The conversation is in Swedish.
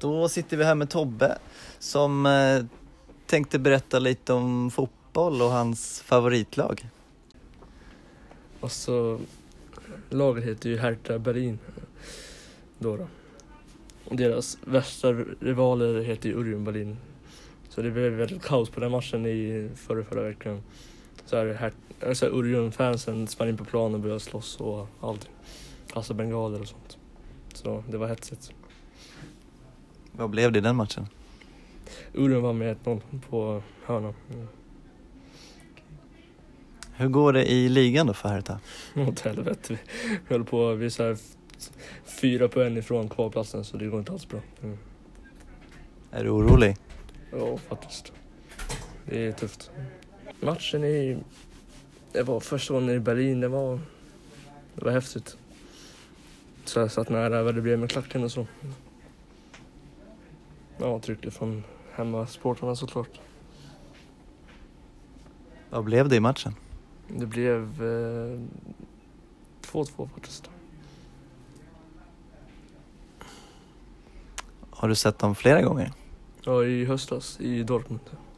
Då sitter vi här med Tobbe som tänkte berätta lite om fotboll och hans favoritlag. Alltså, laget heter ju Hertha Berlin då. Och deras värsta rivaler heter ju Union Berlin. Så det blev väldigt kaos på den matchen i förra veckan. Så här Union-fansen sprang in på planen och började slåss och allting. Kasta bengaler och sånt. Så det var hetsigt. Vad blev det i den matchen? Union var med 1-0 på hörna. Hur går det i ligan då för Hertha? Åt helvete. Vi höll på, vi är så här 4 poäng ifrån kvalplatsen, så det går inte alls bra. Är du orolig? Ja, faktiskt. Det är tufft. Matchen det var första gången i Berlin, det var häftigt. Så jag satt nära vad det blev med klacken och så. Ja, tryckte från hemmasportarna såklart. Vad blev det i matchen? Det blev 2-2 faktiskt. Har du sett dem flera gånger? Ja, i höstas i Dortmund.